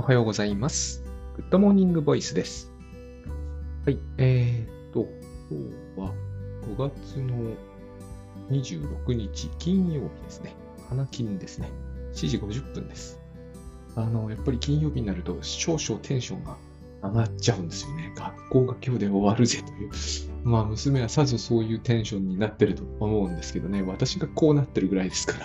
おはようございます。グッドモーニングボイスです。はい。今日は5月の26日金曜日ですね。花金ですね。7時50分です。やっぱり金曜日になると少々テンションが上がっちゃうんですよね。学校が今日で終わるぜという。まあ娘はさぞそういうテンションになってると思うんですけどね。私がこうなってるぐらいですから。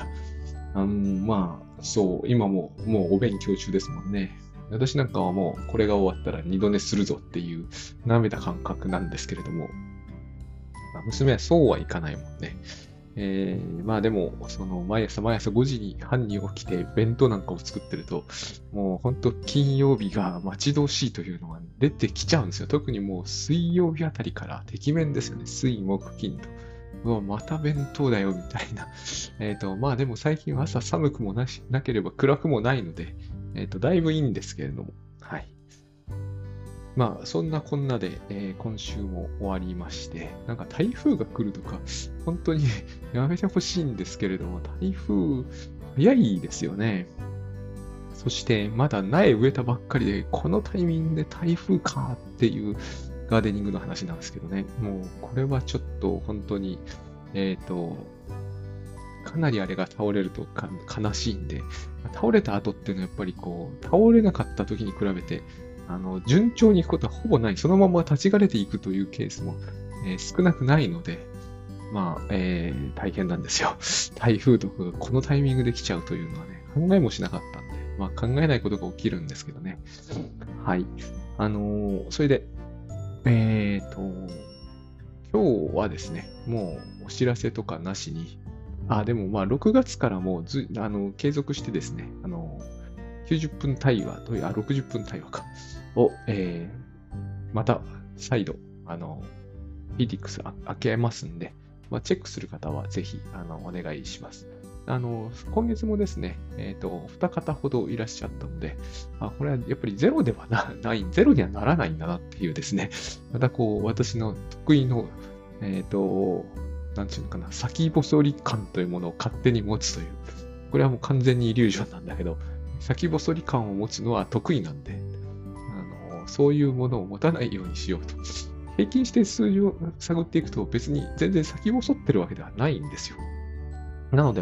そう、今もうお勉強中ですもんね。私なんかはもうこれが終わったら二度寝するぞっていう舐めた感覚なんですけれども、娘はそうはいかないもんね。まあでも、毎朝5時半に起きて弁当なんかを作ってると、もう本当金曜日が待ち遠しいというのが出てきちゃうんですよ。特にもう水曜日あたりからてきめんですよね。水、木、金と。うわ、また弁当だよ、みたいな。まあでも最近は朝寒くもなければ暗くもないので、だいぶいいんですけれども。はい。まあ、そんなこんなで、今週も終わりまして、なんか台風が来るとか、本当にやめてほしいんですけれども、台風、早いですよね。そして、まだ苗植えたばっかりで、このタイミングで台風かっていうガーデニングの話なんですけどね。もう、これはちょっと本当に、えっと、かなりあれが倒れると悲しいんで、倒れた後っていうのはやっぱりこう、倒れなかった時に比べて、順調に行くことはほぼない、そのまま立ち枯れていくというケースも、少なくないので、大変なんですよ。台風とかがこのタイミングで来ちゃうというのはね、考えもしなかったんで、まあ考えないことが起きるんですけどね。はい。それで、えーと、今日はですね、もうお知らせとかなしに、でもまあ6月からもう継続してですね、90分対話という、60分対話か、を、また再度、PTX 開けますんで、まあ、チェックする方はぜひ、お願いします。今月もですね、二方ほどいらっしゃったので、これはやっぱりゼロではない、ゼロにはならないんだなっていうですね、またこう、私の得意の、なんていうのかな、先細り感というものを勝手に持つという、これはもう完全にイリュージョンなんだけど、先細り感を持つのは得意なんで、そういうものを持たないようにしようと。平均して数字を探っていくと別に全然先細ってるわけではないんですよ。なので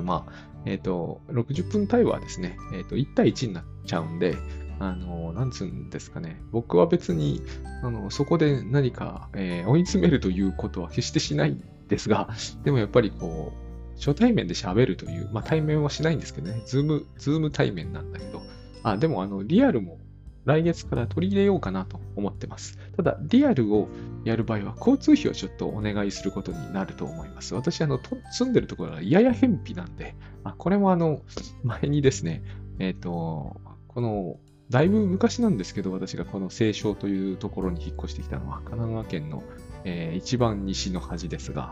60分対話はですね、1対1になっちゃうんで、なんつうんですかね。僕は別に、そこで何か、追い詰めるということは決してしないんですが、でもやっぱりこう、初対面で喋るという、まあ対面はしないんですけどね、ズーム対面なんだけど、でもリアルも来月から取り入れようかなと思ってます。ただ、リアルをやる場合は、交通費をちょっとお願いすることになると思います。私、住んでるところがやや偏僻なんで、これも前にですね、この、だいぶ昔なんですけど、私がこの西湘というところに引っ越してきたのは、神奈川県の、一番西の端ですが、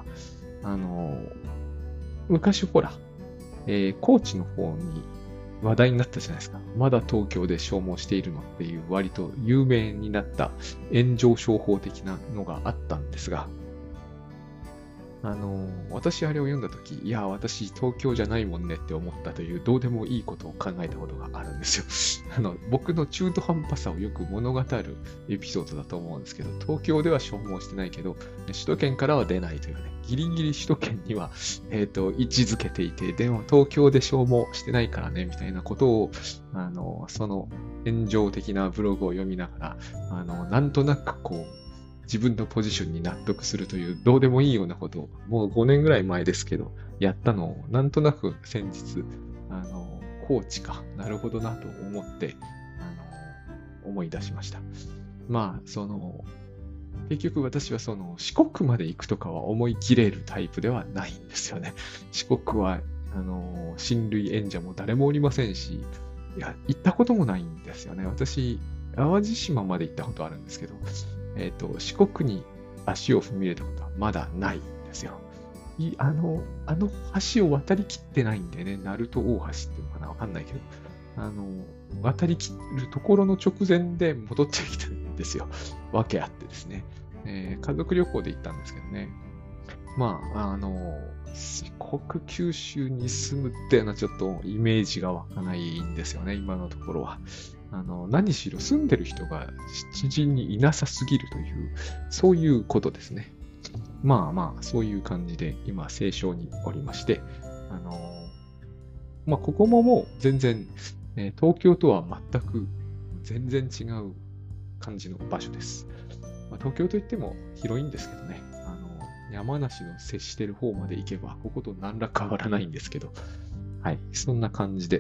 昔ほら、高知の方に話題になったじゃないですか。まだ東京で消耗しているのっていう割と有名になった炎上商法的なのがあったんですが、私あれを読んだとき、いや、私東京じゃないもんねって思ったというどうでもいいことを考えたことがあるんですよ。僕の中途半端さをよく物語るエピソードだと思うんですけど、東京では消耗してないけど、首都圏からは出ないというね、ギリギリ首都圏には、位置づけていて、でも東京で消耗してないからね、みたいなことを、その炎上的なブログを読みながら、なんとなくこう、自分のポジションに納得するというどうでもいいようなことをもう5年ぐらい前ですけどやったのをなんとなく先日コーチかなるほどなと思って思い出しました。まあ結局私は四国まで行くとかは思い切れるタイプではないんですよね。四国は親類縁者も誰もおりませんし、いや行ったこともないんですよね。私淡路島まで行ったことあるんですけど、四国に足を踏み入れたことはまだないんですよ。橋を渡りきってないんでね、鳴門大橋っていうのかなわかんないけど、渡りきるところの直前で戻ってきたんですよ。わけあってですね。家族旅行で行ったんですけどね。まあ、四国、九州に住むっていうのはちょっとイメージが湧かないんですよね、今のところは。 何しろ住んでる人が知人にいなさすぎるという、そういうことですね。まあまあ、そういう感じで今、清少におりまして、ここももう全然、東京とは全く全然違う感じの場所です。東京といっても広いんですけどね。山梨の接してる方まで行けば、ここと何ら変わらないんですけど、はい、そんな感じで。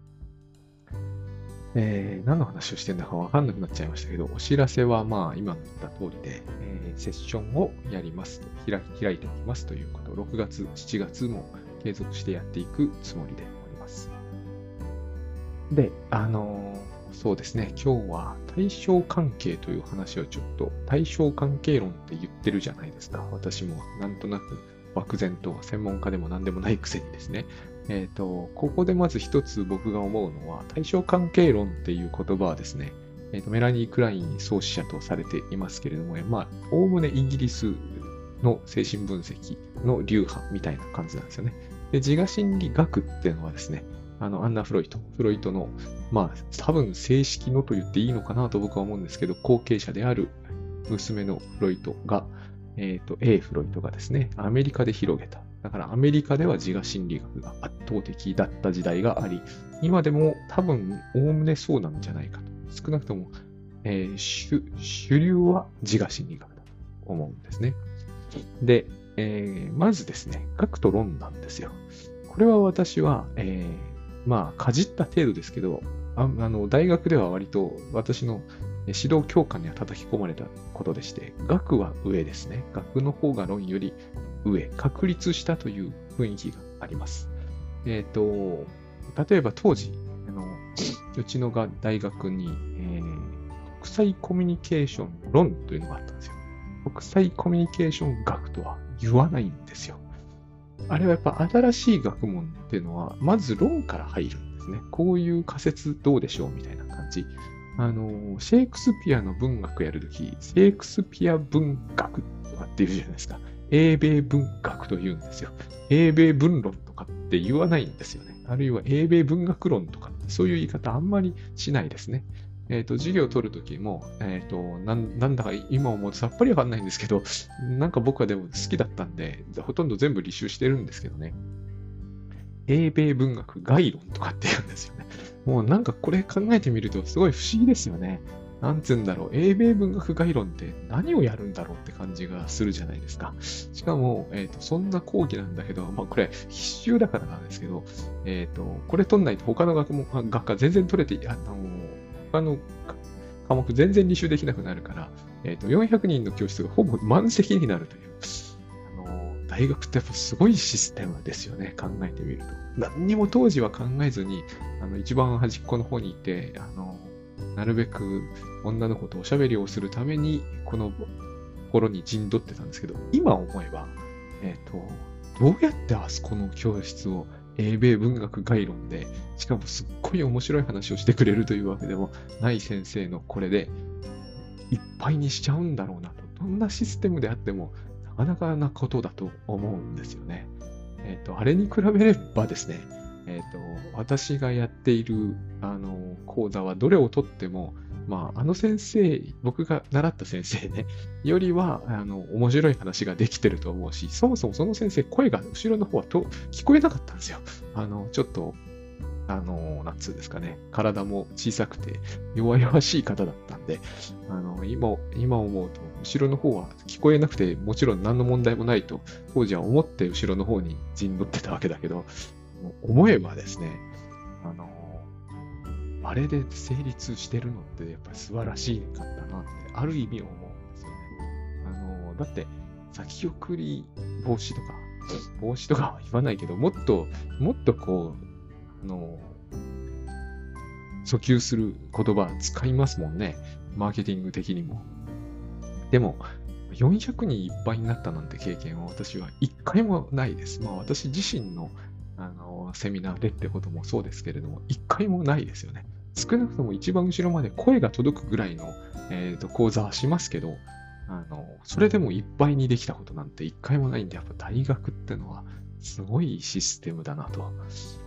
何の話をしてんだかわかんなくなっちゃいましたけど、お知らせは今の言った通りで、セッションをやりますと、開いておきますということを、6月、7月も継続してやっていくつもりでおります。で、そうですね、今日は対象関係という話をちょっと、対象関係論って言ってるじゃないですか。私もなんとなく漠然と専門家でも何でもないくせにですね。ここでまず一つ僕が思うのは、対象関係論っていう言葉はですね、メラニー・クライン創始者とされていますけれども、おおむねイギリスの精神分析の流派みたいな感じなんですよね。で、自我心理学っていうのはですね、アンナ・フロイトの、多分正式のと言っていいのかなと僕は思うんですけど、後継者である娘のフロイトが、A フロイトがですね、アメリカで広げた。だからアメリカでは自我心理学が圧倒的だった時代があり、今でも多分おおむねそうなんじゃないかと。少なくとも、主流は自我心理学だと思うんですね。で、まずですね、学と論なんですよ。これは私は、かじった程度ですけど、大学では割と私の指導教科には叩き込まれたことでして、学は上ですね。学の方が論より上、確立したという雰囲気があります。例えば当時、うちの大学に、国際コミュニケーション論というのがあったんですよ。国際コミュニケーション学とは言わないんですよ。あれはやっぱ新しい学問っていうのは、まず論から入るんですね。こういう仮説どうでしょうみたいな感じ。シェイクスピアの文学やるとき、シェイクスピア文学とかって言うじゃないですか。英米文学と言うんですよ。英米文論とかって言わないんですよね。あるいは英米文学論とかってそういう言い方あんまりしないですね。授業を取るときも、なんだか今思うとさっぱりわかんないんですけど、なんか僕はでも好きだったんで、ほとんど全部履修してるんですけどね。英米文学概論とかって言うんですよね。もうなんかこれ考えてみるとすごい不思議ですよね。なんつうんだろう。英米文学概論って何をやるんだろうって感じがするじゃないですか。しかも、そんな講義なんだけど、これ必修だからなんですけど、これ取んないと他の学科全然取れて、他の科目全然履修できなくなるから、400人の教室がほぼ満席になるという。大学ってやっぱすごいシステムですよね、考えてみると。何にも当時は考えずに、一番端っこの方にいて、なるべく女の子とおしゃべりをするために、この頃に陣取ってたんですけど、今思えば、どうやってあそこの教室を英米文学概論で、しかもすっごい面白い話をしてくれるというわけでもない先生のこれで、いっぱいにしちゃうんだろうなと。どんなシステムであっても、なかなかなことだと思うんですよね。あれに比べればですね、私がやっている、講座はどれをとっても、先生、僕が習った先生ね、よりは、面白い話ができてると思うし、そもそもその先生、声が後ろの方は聞こえなかったんですよ。ちょっと、なんつうんですかね、体も小さくて弱々しい方だったんで、今思うと、後ろの方は聞こえなくて、もちろん何の問題もないと、当時は思って後ろの方に陣取ってたわけだけど、思えばですね、あれで成立してるのってやっぱり素晴らしいかったなって、ある意味思うんですよね。だって、先送り防止とかは言わないけど、もっとこう、訴求する言葉使いますもんね。マーケティング的にも。でも、400人いっぱいになったなんて経験は私は一回もないです。私自身の、セミナーでってこともそうですけれども、一回もないですよね。少なくとも一番後ろまで声が届くぐらいの、講座はしますけど、それでもいっぱいにできたことなんて一回もないんで、やっぱ大学ってのはすごいシステムだなと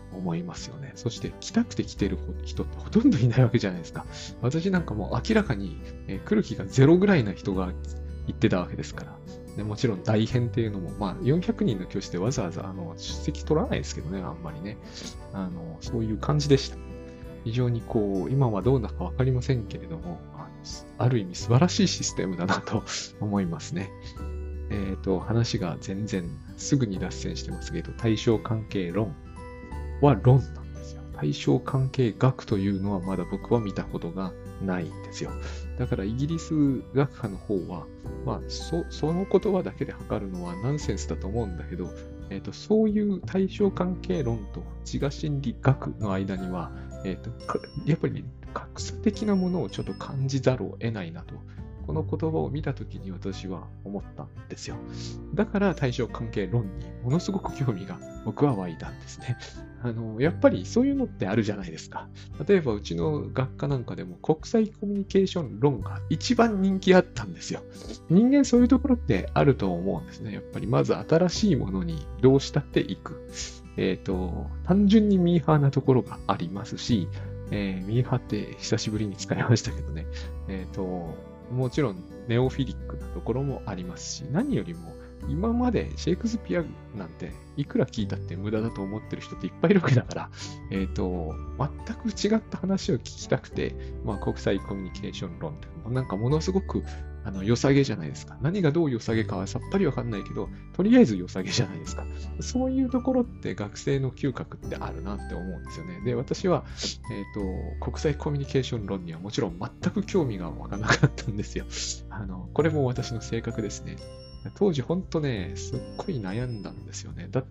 思いますよね。そして来たくて来てる人ってほとんどいないわけじゃないですか。私なんかもう明らかに来る気がゼロぐらいな人が行ってたわけですから。でもちろん大変っていうのも、まあ400人の教室でわざわざ出席取らないですけどね、あんまりね。そういう感じでした。非常に今はどうなのかわかりませんけれども、ある意味素晴らしいシステムだなと思いますね。話が全然すぐに脱線してますけど、対象関係論は論なんですよ。対象関係学というのはまだ僕は見たことがないんですよ。だからイギリス学派の方は、まあ、その言葉だけで測るのはナンセンスだと思うんだけど、そういう対象関係論と自我心理学の間には、やっぱり格差的なものをちょっと感じざるを得ないなと、この言葉を見たときに私は思ったんですよ。だから対象関係論にものすごく興味が僕は湧いたんですね。やっぱりそういうのってあるじゃないですか。例えばうちの学科なんかでも国際コミュニケーション論が一番人気あったんですよ。人間そういうところってあると思うんですね。やっぱりまず新しいものにどうしたっていく。単純にミーハーなところがありますし、ミーハーって久しぶりに使いましたけどね。もちろんネオフィリックなところもありますし、何よりも今までシェイクスピアなんていくら聞いたって無駄だと思ってる人っていっぱいいるわけだから、全く違った話を聞きたくて、まあ、国際コミュニケーション論ってなんかものすごく良さげじゃないですか。何がどう良さげかはさっぱりわかんないけど、とりあえず良さげじゃないですか。そういうところって学生の嗅覚ってあるなって思うんですよね。で、私は、国際コミュニケーション論にはもちろん全く興味が湧かなかったんですよ。これも私の性格ですね。当時本当ね、すっごい悩んだんですよね。だって、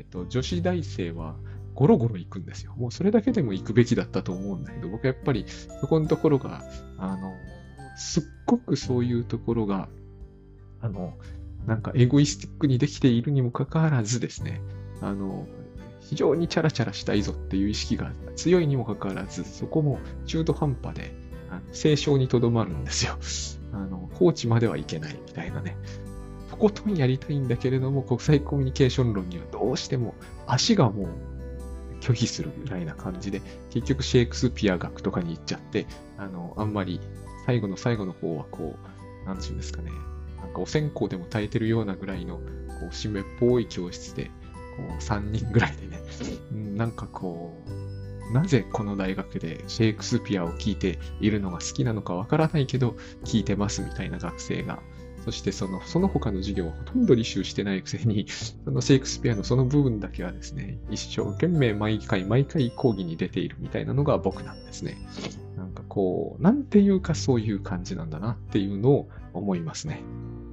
女子大生はゴロゴロ行くんですよ。もうそれだけでも行くべきだったと思うんだけど、僕はやっぱりそこのところが、すっごくそういうところが、なんかエゴイスティックにできているにもかかわらずですね、非常にチャラチャラしたいぞっていう意識が強いにもかかわらず、そこも中途半端で、清少にとどまるんですよ。コーチまではいけないみたいなね。とことんやりたいんだけれども、国際コミュニケーション論にはどうしても足がもう拒否するぐらいな感じで、結局シェイクスピア学とかに行っちゃって、あんまり最後の最後の方はなんていうんですかね、なんかお線香でも耐えてるようなぐらいの、湿っぽい教室で、3人ぐらいでね、なんかなぜこの大学でシェイクスピアを聞いているのが好きなのかわからないけど、聞いてますみたいな学生が、そしてその他の授業はほとんど履修してないくせに、そのシェイクスピアのその部分だけはですね、一生懸命毎回講義に出ているみたいなのが僕なんですね。なんかなんていうかそういう感じなんだなっていうのを思いますね。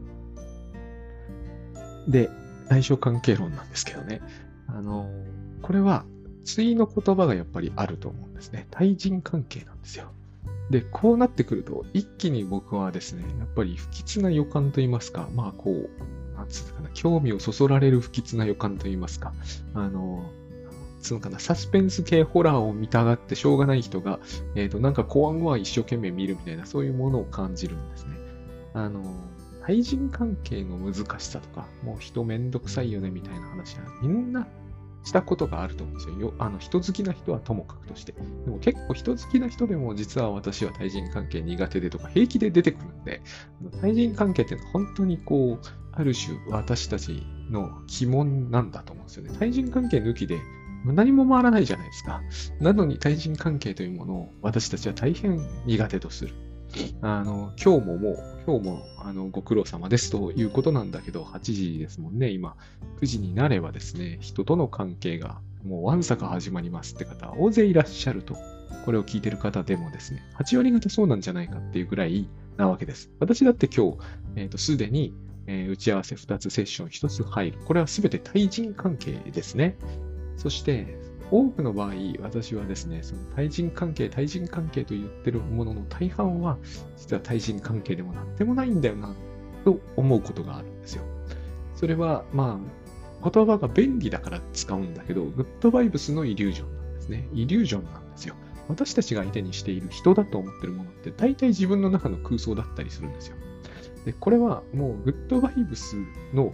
で、対象関係論なんですけどね。これは対の言葉がやっぱりあると思うんですね。対人関係なんですよ。で、こうなってくると、一気に僕はですね、やっぱり不吉な予感といいますか、まあなんつうかな、興味をそそられる不吉な予感といいますか、つうのかな、サスペンス系ホラーを見たがってしょうがない人が、なんかコアンは一生懸命見るみたいな、そういうものを感じるんですね。対人関係の難しさとか、もう人めんどくさいよねみたいな話はみんなしたことがあると思うんですよ。人好きな人はともかくとして。でも結構人好きな人でも実は私は対人関係苦手でとか平気で出てくるんで、対人関係っていうのは本当にある種私たちの鬼門なんだと思うんですよね。対人関係抜きで何も回らないじゃないですか。なのに対人関係というものを私たちは大変苦手とする。今日もご苦労様ですということなんだけど、8時ですもんね、今。9時になればですね、人との関係がもうわんさか始まりますって方、大勢いらっしゃると、これを聞いてる方でもですね、8割方そうなんじゃないかっていうぐらいなわけです。私だって今日、すでに、打ち合わせ2つ、セッション1つ入る。これはすべて対人関係ですね。そして、多くの場合、私はですね、その対人関係と言ってるものの大半は、実は対人関係でもなんでもないんだよな、と思うことがあるんですよ。それは、まあ、言葉が便利だから使うんだけど、グッドバイブスのイリュージョンなんですね。イリュージョンなんですよ。私たちが相手にしている人だと思ってるものって、大体自分の中の空想だったりするんですよ。で、これはもうグッドバイブスの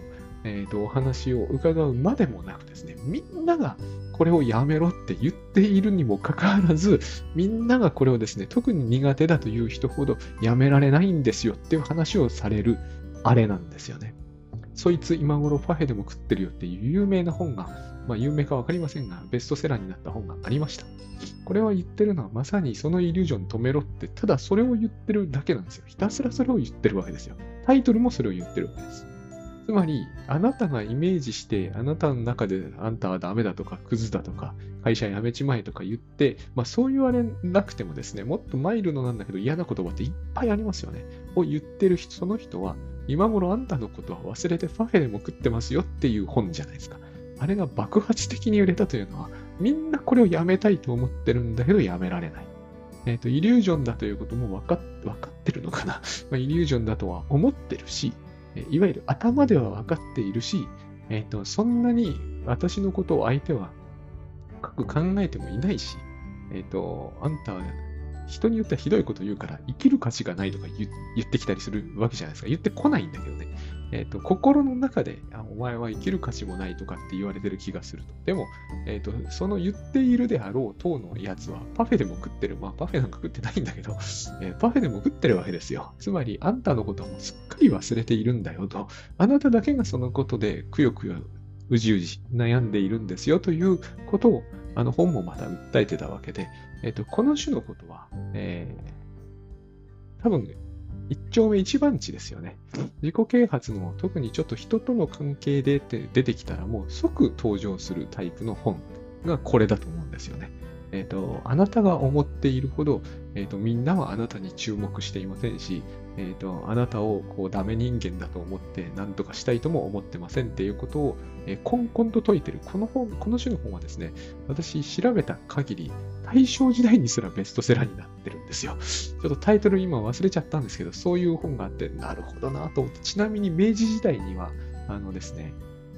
お話を伺うまでもなくですね、みんながこれをやめろって言っているにもかかわらず、みんながこれをですね、特に苦手だという人ほどやめられないんですよっていう話をされるあれなんですよね。そいつ今頃パフェでも食ってるよっていう有名な本が、有名かわかりませんが、ベストセラーになった本がありました。これは言ってるのはまさにそのイリュージョン止めろって、ただそれを言ってるだけなんですよ。ひたすらそれを言ってるわけですよ。タイトルもそれを言ってるわけです。つまり、あなたがイメージして、あなたの中であんたはダメだとか、クズだとか、会社辞めちまえとか言って、そう言われなくてもですね、もっとマイルドなんだけど嫌な言葉っていっぱいありますよね。を言ってる人、その人は、今頃あんたのことは忘れてパフェでも食ってますよっていう本じゃないですか。あれが爆発的に売れたというのは、みんなこれをやめたいと思ってるんだけどやめられない。イリュージョンだということも分かってるのかな。イリュージョンだとは思ってるし、いわゆる頭では分かっているし、そんなに私のことを相手は深く考えてもいないし、あんたは人によってはひどいこと言うから生きる価値がないとか言ってきたりするわけじゃないですか。言ってこないんだけどね。心の中でお前は生きる価値もないとかって言われてる気がすると。でも、その言っているであろう党のやつはパフェでも食ってる。パフェなんか食ってないんだけど、パフェでも食ってるわけですよ。つまり、あんたのことはもうすっかり忘れているんだよと。あなただけがそのことでくよくようじうじ悩んでいるんですよということを、本もまた訴えてたわけで、この種のことは、多分、一丁目一番地ですよね。自己啓発の特にちょっと人との関係で出てきたらもう即登場するタイプの本がこれだと思うんですよね。あなたが思っているほど、みんなはあなたに注目していませんし、あなたをこうダメ人間だと思って何とかしたいとも思ってませんっていうことを、こんこんと説いている。この種の本はですね、私調べた限り、大正時代にすらベストセラーになってるんですよ。ちょっとタイトル今忘れちゃったんですけど、そういう本があって、なるほどなと思って、ちなみに明治時代には、ですね、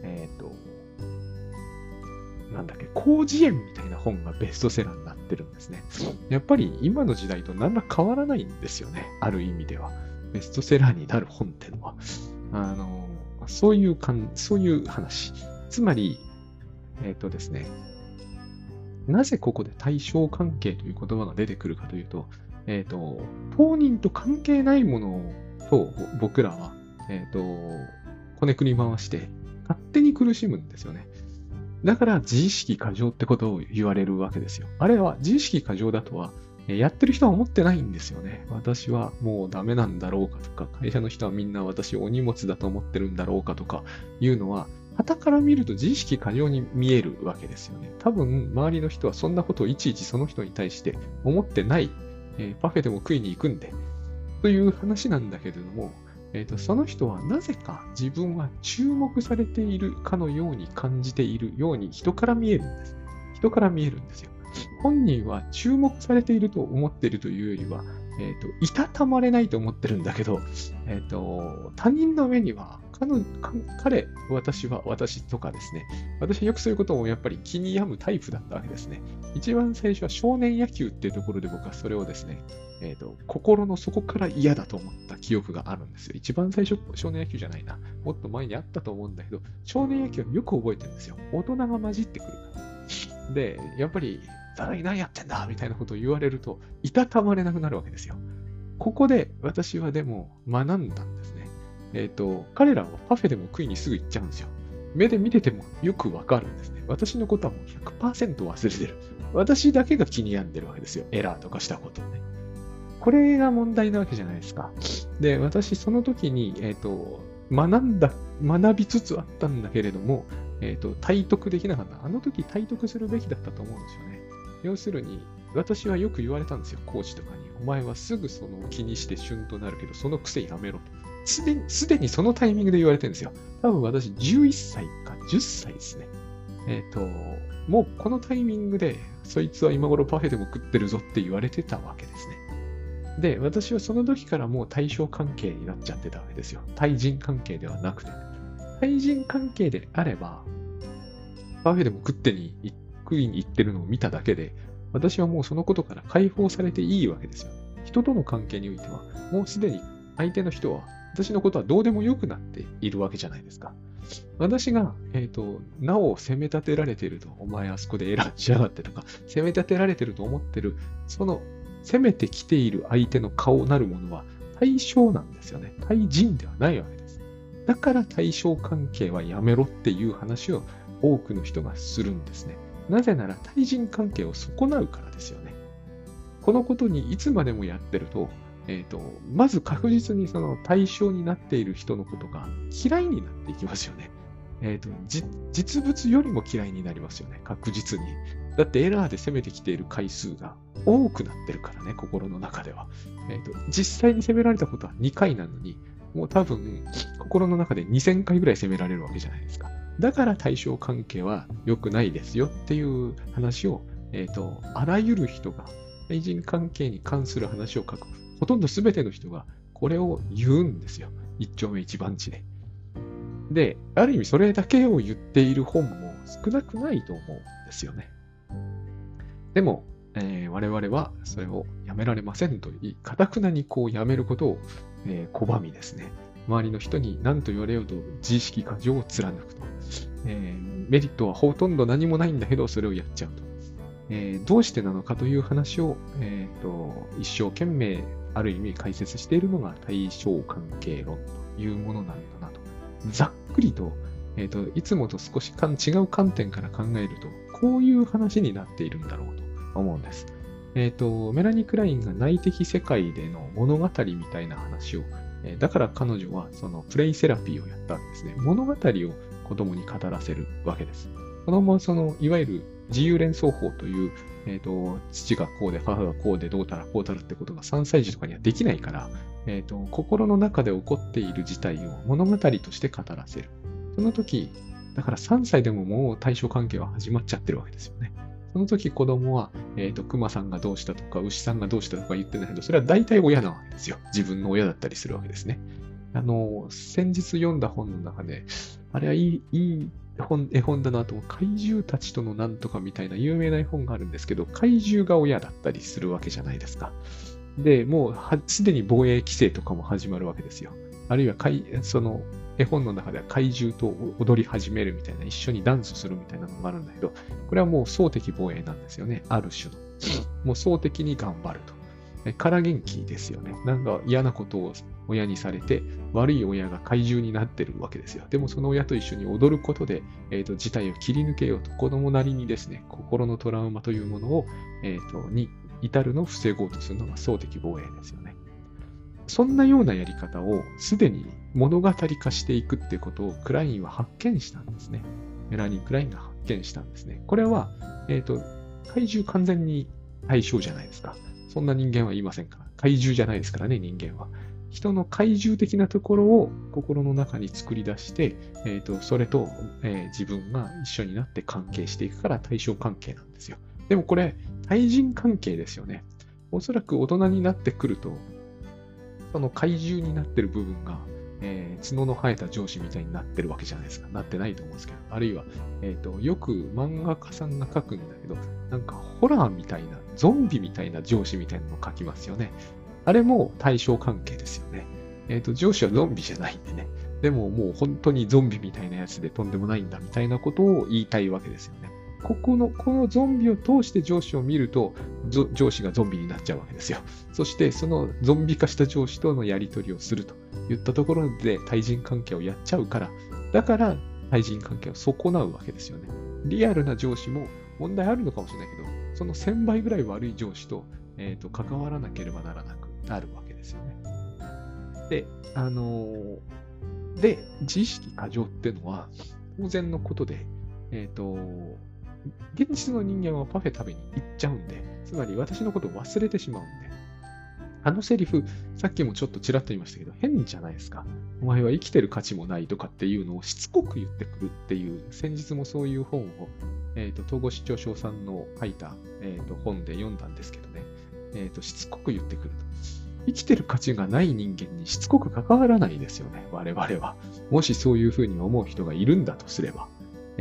なんだっけ、広辞苑みたいな本がベストセラーになってるんですね。やっぱり今の時代と何ら変わらないんですよね。ある意味では。ベストセラーになる本っていうのは。そういう話。つまり、ですね、なぜここで対象関係という言葉が出てくるかというと、当人と関係ないものと僕らは、こねくり回して勝手に苦しむんですよね。だから自意識過剰ってことを言われるわけですよ。あれは自意識過剰だとは、やってる人は思ってないんですよね。私はもうダメなんだろうかとか、会社の人はみんな私をお荷物だと思ってるんだろうかとかいうのは、傍から見ると自意識過剰に見えるわけですよね。多分周りの人はそんなことをいちいちその人に対して思ってない。パフェでも食いに行くんで。という話なんだけれども、その人はなぜか自分は注目されているかのように感じているように人から見えるんです。人から見えるんですよ。本人は注目されていると思っているというよりは、いたたまれないと思ってるんだけど、他人の目には彼、私とかですね。私はよくそういうことをやっぱり気に病むタイプだったわけですね。一番最初は少年野球っていうところで僕はそれをですね、心の底から嫌だと思った記憶があるんですよ。一番最初、少年野球じゃないな。もっと前にあったと思うんだけど、少年野球はよく覚えてるんですよ。大人が混じってくるから。で、やっぱり、何やってんだみたいなことを言われると、いたたまれなくなるわけですよ。ここで私はでも学んだんですね。彼らはパフェでも食いにすぐ行っちゃうんですよ。目で見ててもよくわかるんですね。私のことはもう 100% 忘れてる。私だけが気に病んでるわけですよ。エラーとかしたことをね。これが問題なわけじゃないですか。で、私その時に、学びつつあったんだけれども、体得できなかった。あの時体得するべきだったと思うんですよね。要するに、私はよく言われたんですよ。コーチとかに。お前はすぐその気にして旬となるけど、その癖やめろと。すでにそのタイミングで言われてるんですよ。多分私11歳か10歳ですね。もうこのタイミングで、そいつは今頃パフェでも食ってるぞって言われてたわけですね。で、私はその時からもう対象関係になっちゃってたわけですよ。対人関係ではなくて。対人関係であれば、パフェでも食いに行ってるのを見ただけで、私はもうそのことから解放されていいわけですよ。人との関係においては、もうすでに相手の人は、私のことはどうでもよくなっているわけじゃないですか。 私が、なお責め立てられていると、お前あそこでエラーしやがってとか、責め立てられていると思ってる、その責めてきている相手の顔なるものは対象なんですよね。対人ではないわけです。だから対象関係はやめろっていう話を多くの人がするんですね。なぜなら対人関係を損なうからですよね。このことにいつまでもやってると、まず確実にその対象になっている人のことが嫌いになっていきますよね。実物よりも嫌いになりますよね。確実に。だってエラーで攻めてきている回数が多くなってるからね、心の中では。実際に攻められたことは2回なのに、もう多分、心の中で2000回ぐらい攻められるわけじゃないですか。だから対象関係は良くないですよっていう話を、あらゆる人が、対人関係に関する話を書く。ほとんど全ての人がこれを言うんですよ。一丁目一番地で。で、ある意味それだけを言っている本も少なくないと思うんですよね。でも、我々はそれをやめられませんと言い、堅くなにこうやめることを、拒みですね。周りの人に何と言われようと自意識過剰を貫くと、メリットはほとんど何もないんだけど、それをやっちゃうと。どうしてなのかという話を、一生懸命ある意味解説しているのが対象関係論というものなんだなと。ざっくりと、いつもと少し違う観点から考えると、こういう話になっているんだろうと思うんです。メラニー・クラインが内的世界での物語みたいな話を、だから彼女はそのプレイセラピーをやったわけですね。物語を子供に語らせるわけです。子供はその、いわゆる自由連想法という、父がこうで母がこうでどうたらこうたらってことが3歳児とかにはできないから、心の中で起こっている事態を物語として語らせる。その時、だから3歳でももう対象関係は始まっちゃってるわけですよね。その時子供は、熊さんがどうしたとか、牛さんがどうしたとか言ってんだけど、それは大体親なわけですよ。自分の親だったりするわけですね。先日読んだ本の中で、あれはいい絵本だなと、怪獣たちとのなんとかみたいな有名な絵本があるんですけど、怪獣が親だったりするわけじゃないですか。で、もうすでに防衛規制とかも始まるわけですよ。あるいはその絵本の中では怪獣と踊り始めるみたいな、一緒にダンスするみたいなのがあるんだけど、これはもう総的防衛なんですよね。ある種の。もう総的に頑張ると。から元気ですよね。なんか嫌なことを親にされて、悪い親が怪獣になってるわけですよ。でもその親と一緒に踊ることで、事態を切り抜けようと、子供なりにですね、心のトラウマというものを、に至るのを防ごうとするのが総的防衛ですよね。そんなようなやり方をすでに物語化していくっていうことをクラインは発見したんですね。メラニー・クラインが発見したんですね。これは、怪獣完全に対象じゃないですか。そんな人間はいませんから。怪獣じゃないですからね、人間は。人の怪獣的なところを心の中に作り出して、それと、自分が一緒になって関係していくから対象関係なんですよ。でもこれ、対人関係ですよね。おそらく大人になってくると、その怪獣になってる部分が、角の生えた上司みたいになってるわけじゃないですか。なってないと思うんですけど。あるいは、よく漫画家さんが書くんだけど、なんかホラーみたいな、ゾンビみたいな上司みたいなのを書きますよね。あれも対象関係ですよね。上司はゾンビじゃないんでね。でももう本当にゾンビみたいなやつでとんでもないんだみたいなことを言いたいわけですよね。このゾンビを通して上司を見ると、上司がゾンビになっちゃうわけですよ。そしてそのゾンビ化した上司とのやり取りをするといったところで対人関係をやっちゃうから、だから対人関係を損なうわけですよね。リアルな上司も問題あるのかもしれないけど、その1000倍ぐらい悪い上司と、関わらなければならなくなるわけですよね。で、自意識過剰っていうのは当然のことで、現実の人間はパフェ食べに行っちゃうんで、つまり私のことを忘れてしまうんで、あのセリフ、さっきもちょっとちらっと言いましたけど、変じゃないですか。お前は生きてる価値もないとかっていうのをしつこく言ってくるっていう、先日もそういう本を、統合失調症さんの書いた、本で読んだんですけどね、しつこく言ってくると。生きてる価値がない人間にしつこく関わらないですよね、我々は。もしそういうふうに思う人がいるんだとすれば。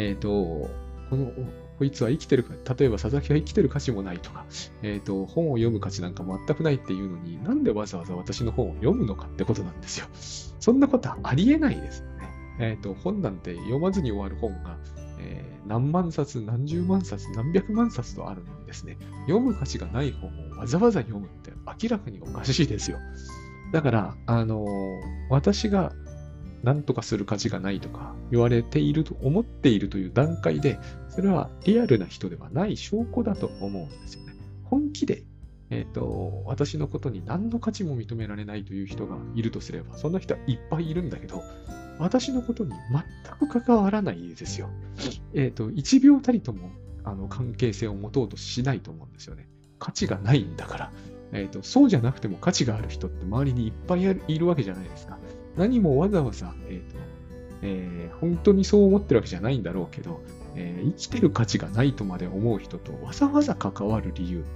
こいつは生きてるか、例えば佐々木は生きてる価値もないとか、本を読む価値なんか全くないっていうのに、なんでわざわざ私の本を読むのかってことなんですよ。そんなことはありえないですよね。 本なんて読まずに終わる本が、何万冊、何十万冊、何百万冊とあるのにですね、読む価値がない本をわざわざ読むって明らかにおかしいですよ。だから、私が何とかする価値がないとか言われていると思っているという段階で、それはリアルな人ではない証拠だと思うんですよね。本気で、私のことに何の価値も認められないという人がいるとすれば、そんな人はいっぱいいるんだけど、私のことに全く関わらないですよ。一秒たりとも関係性を持とうとしないと思うんですよね。価値がないんだから。そうじゃなくても価値がある人って周りにいっぱいいるわけじゃないですか。何もわざわざ、本当にそう思ってるわけじゃないんだろうけど、生きてる価値がないとまで思う人とわざわざ関わる理由って、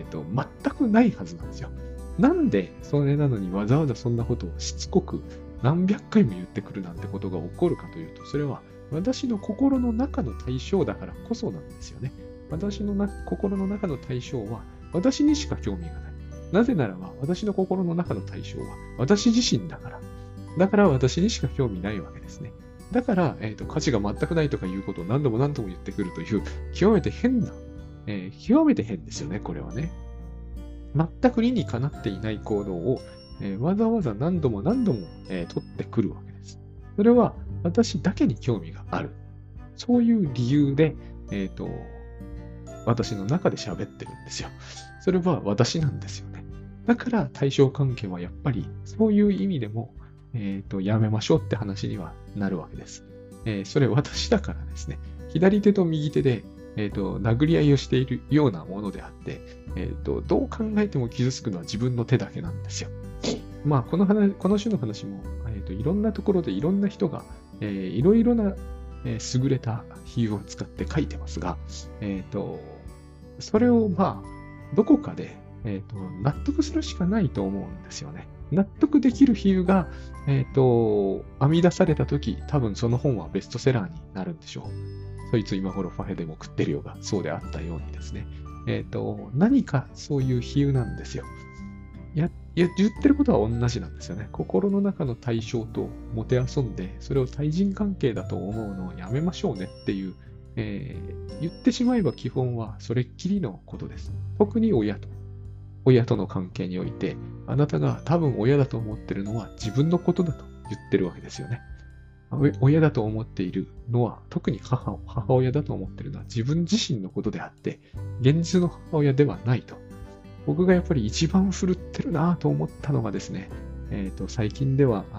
全くないはずなんですよ。なんでそれなのにわざわざそんなことをしつこく何百回も言ってくるなんてことが起こるかというと、それは私の心の中の対象だからこそなんですよね。私の心の中の対象は私にしか興味がない。なぜならば私の心の中の対象は私自身だから。だから私にしか興味ないわけですね。だから、価値が全くないとかいうことを何度も何度も言ってくるという、極めて変な、極めて変ですよね、これはね。全く理にかなっていない行動を、わざわざ何度も何度も、取ってくるわけです。それは私だけに興味がある。そういう理由で、私の中で喋ってるんですよ。それは私なんですよね。だから対象関係はやっぱりそういう意味でも、やめましょうって話にはなるわけです。それ私だからですね。左手と右手で、殴り合いをしているようなものであって、どう考えても傷つくのは自分の手だけなんですよ。まあ、この種の話も、いろんなところでいろんな人が、いろいろな、優れた比喩を使って書いてますが、それをまあ、どこかで、納得するしかないと思うんですよね。納得できる比喩が、編み出されたとき、多分その本はベストセラーになるんでしょう。そいつ今頃ファヘでも食ってるようが、そうであったようにですね。何かそういう比喩なんですよ。言ってることは同じなんですよね。心の中の対象ともてあそんで、それを対人関係だと思うのをやめましょうねっていう、言ってしまえば基本はそれっきりのことです。特に親との関係において、あなたが多分親だと思ってるのは自分のことだと言ってるわけですよね。親だと思っているのは、特に母親だと思っているのは自分自身のことであって、現実の母親ではないと。僕がやっぱり一番振るってるなと思ったのがですね、最近では、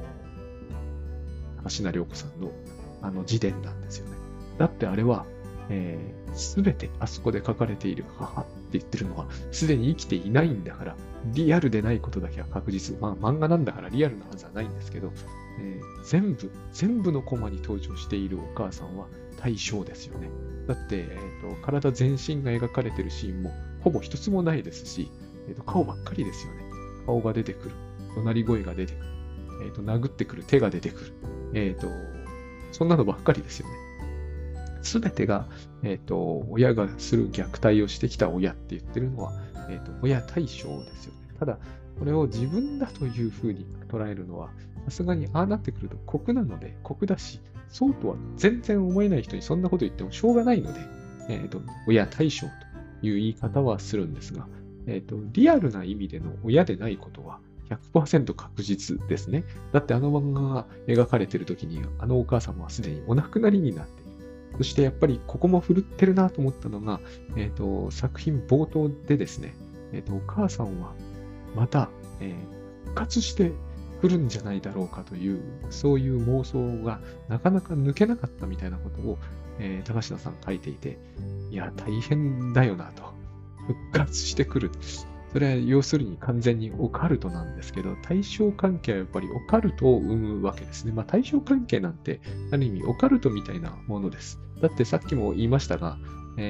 橋名涼子さんの自伝なんですよね。だってあれは、すべてあそこで書かれている母って言ってるのは、すでに生きていないんだから、リアルでないことだけは確実。まあ漫画なんだからリアルなはずはないんですけど、全部のコマに登場しているお母さんは対象ですよね。だって、体全身が描かれているシーンもほぼ一つもないですし、顔ばっかりですよね。顔が出てくる。怒鳴り声が出てくる。殴ってくる手が出てくる。そんなのばっかりですよね。すべてが、親がする虐待をしてきた親って言ってるのは、親対象ですよね。ただ、これを自分だというふうに捉えるのは、さすがにああなってくると酷なので、酷だし、そうとは全然思えない人にそんなこと言ってもしょうがないので、親対象という言い方はするんですが、リアルな意味での親でないことは 100% 確実ですね。だってあの漫画が描かれている時に、あのお母様はすでにお亡くなりになっている。そしてやっぱりここも振るってるなと思ったのが、作品冒頭でですね、お母さんはまた、復活してくるんじゃないだろうかという、そういう妄想がなかなか抜けなかったみたいなことを、高階さん書いていて、いや、大変だよなと。復活してくる。それは要するに完全にオカルトなんですけど、対象関係はやっぱりオカルトを生むわけですね。まあ対象関係なんて、ある意味オカルトみたいなものです。だってさっきも言いましたが、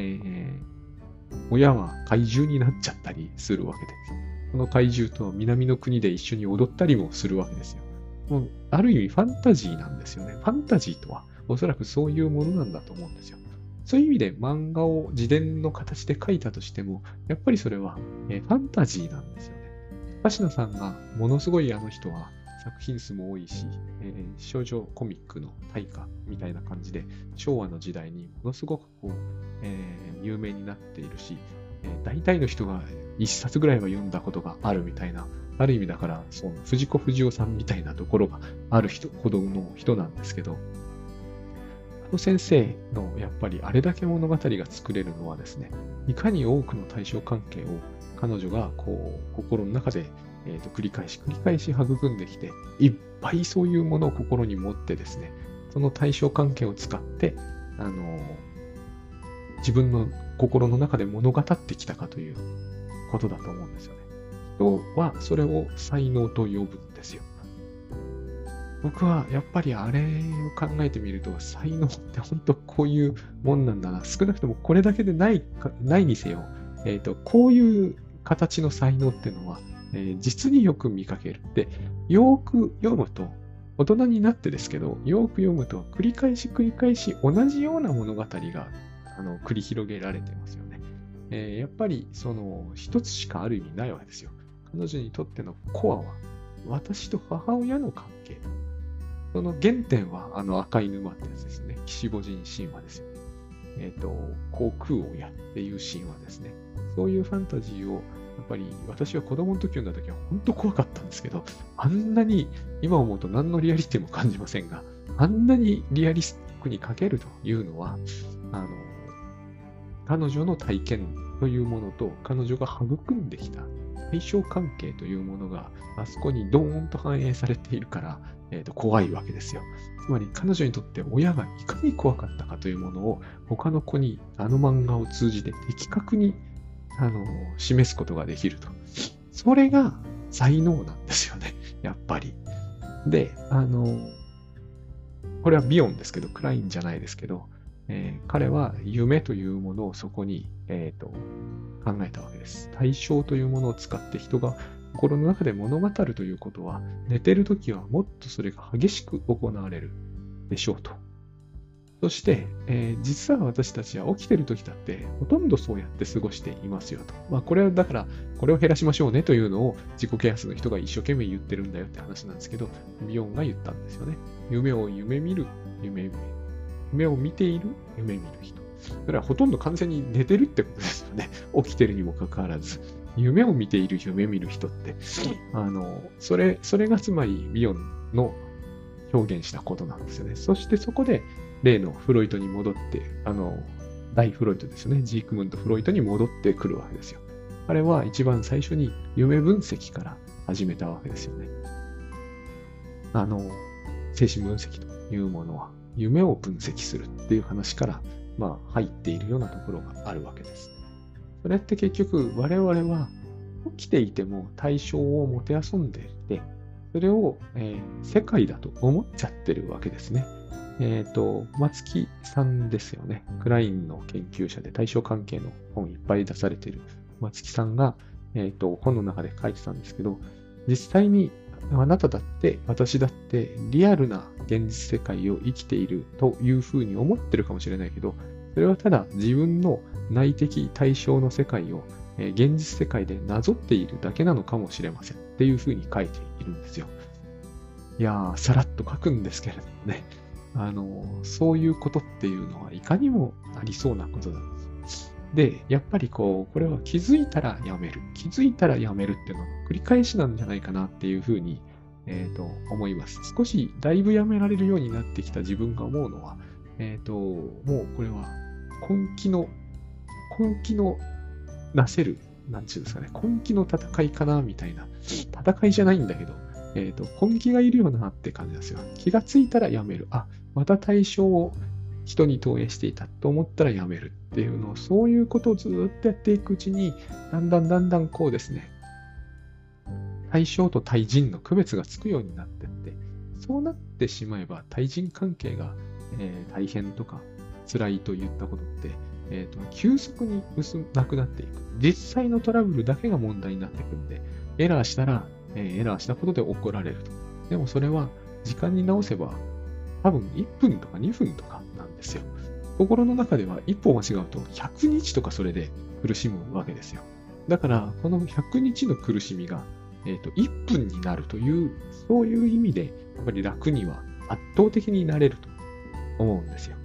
親は怪獣になっちゃったりするわけです。この怪獣と南の国で一緒に踊ったりもするわけですよ。もうある意味ファンタジーなんですよね。ファンタジーとはおそらくそういうものなんだと思うんですよ。そういう意味で漫画を自伝の形で書いたとしても、やっぱりそれは、ファンタジーなんですよね。高階さんがものすごいあの人は作品数も多いし、少女コミックの大家みたいな感じで、昭和の時代にものすごく有名になっているし、大体の人が一冊ぐらいは読んだことがあるみたいな、ある意味だから、藤子不二雄さんみたいなところがあるほどの人なんですけど、先生のやっぱりあれだけ物語が作れるのはですね、いかに多くの対象関係を彼女が心の中で、繰り返し育んできて、いっぱいそういうものを心に持ってですね、その対象関係を使って、自分の心の中で物語ってきたかということだと思うんですよね。人はそれを才能と呼ぶんですよ。僕はやっぱりあれを考えてみると、才能って本当こういうもんなんだな。少なくともこれだけでないにせよ、こういう形の才能っていうのは、実によく見かける。で、よく読むと、大人になってですけど、よく読むと、繰り返し同じような物語が繰り広げられてますよね。やっぱり一つしかある意味ないわけですよ。彼女にとってのコアは、私と母親の関係。その原点は赤い沼ってやつですね。岸母神神話ですよ。航空王やっていう神話ですね。そういうファンタジーを、やっぱり私は子供の時読んだ時は本当怖かったんですけど、あんなに、今思うと何のリアリティも感じませんが、あんなにリアリスティックに書けるというのは、彼女の体験というものと、彼女が育んできた対象関係というものが、あそこにドーンと反映されているから、怖いわけですよ。つまり彼女にとって親がいかに怖かったかというものを他の子に漫画を通じて的確に示すことができると。それが才能なんですよね。やっぱり。で、これはビヨンですけど、クラインじゃないですけど、彼は夢というものをそこに、考えたわけです。対象というものを使って人が心の中で物語るということは、寝てるときはもっとそれが激しく行われるでしょうと。そして、実は私たちは起きてるときだってほとんどそうやって過ごしていますよと。これはだから、これを減らしましょうねというのを自己啓発の人が一生懸命言ってるんだよって話なんですけど、ビヨンが言ったんですよね。夢を見ている夢見る人。それはほとんど完全に寝てるってことですよね。起きてるにもかかわらず。夢を見ている夢見る人って、それがつまりビヨンの表現したことなんですよね。そしてそこで例のフロイトに戻って、大フロイトですよね。ジークムント・フロイトに戻ってくるわけですよ。彼は一番最初に夢分析から始めたわけですよね。精神分析というものは夢を分析するっていう話から、入っているようなところがあるわけです。それって結局我々は起きていても対象をもてあそんでいて、それを、世界だと思っちゃってるわけですね。松木さんですよね。クラインの研究者で対象関係の本いっぱい出されている松木さんが、本の中で書いてたんですけど、実際にあなただって私だってリアルな現実世界を生きているというふうに思ってるかもしれないけど、それはただ自分の内的対象の世界を現実世界でなぞっているだけなのかもしれませんっていうふうに書いているんですよ。いやー、さらっと書くんですけれどもね。そういうことっていうのはいかにもありそうなことなんです。で、やっぱりこれは気づいたらやめる。気づいたらやめるっていうのの繰り返しなんじゃないかなっていうふうに、思います。少しだいぶやめられるようになってきた自分が思うのは、もうこれは根気のなせる、なんちゅうんですかね、根気の戦いかな、みたいな。戦いじゃないんだけど、根気がいるよなって感じですよ。気がついたらやめる。また対象を人に投影していたと思ったらやめるっていうのを、そういうことをずっとやっていくうちに、だんだんこうですね、対象と対人の区別がつくようになっていって、そうなってしまえば対人関係が、大変とか辛いといったことって、急速になくなっていく。実際のトラブルだけが問題になっていくんで、エラーしたことで怒られると。でもそれは時間に直せば多分1分とか2分とかなんですよ。心の中では一歩間違うと100日とかそれで苦しむわけですよ。だからこの100日の苦しみが 1分になるという、そういう意味で、やっぱり楽には圧倒的になれると思うんですよ。